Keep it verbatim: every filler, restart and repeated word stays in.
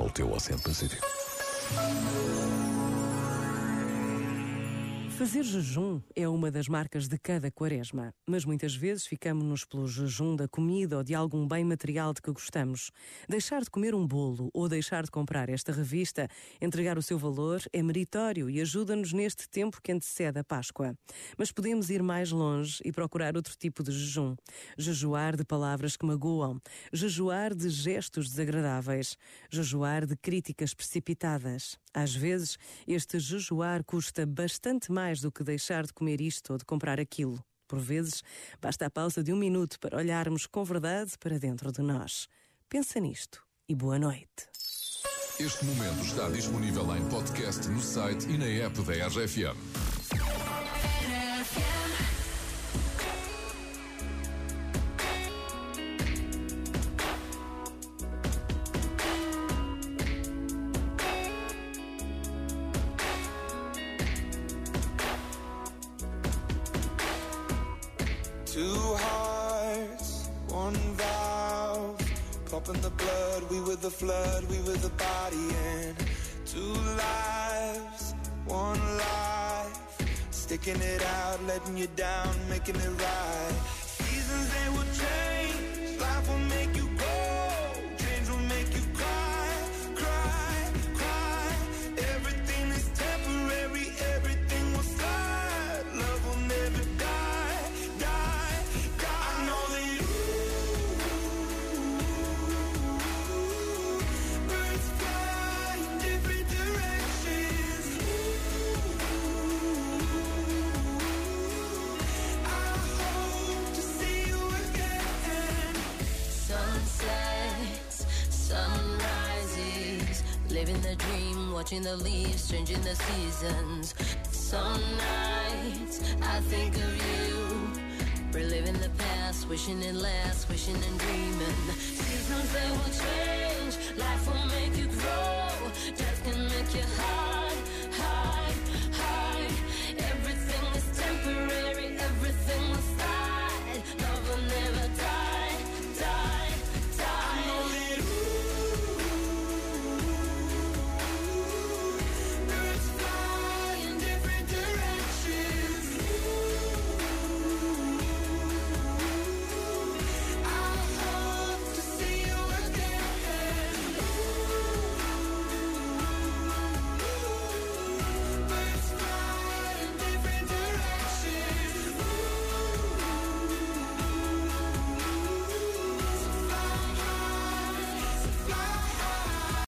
o teu Oceano Pacífico. Fazer jejum é uma das marcas de cada quaresma, mas muitas vezes ficamos-nos pelo jejum da comida ou de algum bem material de que gostamos. Deixar de comer um bolo ou deixar de comprar esta revista, entregar o seu valor, é meritório e ajuda-nos neste tempo que antecede a Páscoa. Mas podemos ir mais longe e procurar outro tipo de jejum. Jejuar de palavras que magoam, jejuar de gestos desagradáveis, jejuar de críticas precipitadas. Às vezes, este jejuar custa bastante mais do que deixar de comer isto ou de comprar aquilo. Por vezes, basta a pausa de um minuto para olharmos com verdade para dentro de nós. Pensa nisto e boa noite. Este momento está disponível em podcast no site e na app da R J F M. Two hearts, one valve, pumping the blood, we were the flood, we were the body, and two lives, one life, sticking it out, letting you down, making it right. Seasons they will change, life will make you grow, change will make you cry, cry, cry. Everything is temporary, everything will slide, love will never die. Living the dream, watching the leaves, changing the seasons. Some nights I think of you, reliving the past, wishing it lasts, wishing and dreaming. Seasons they will change.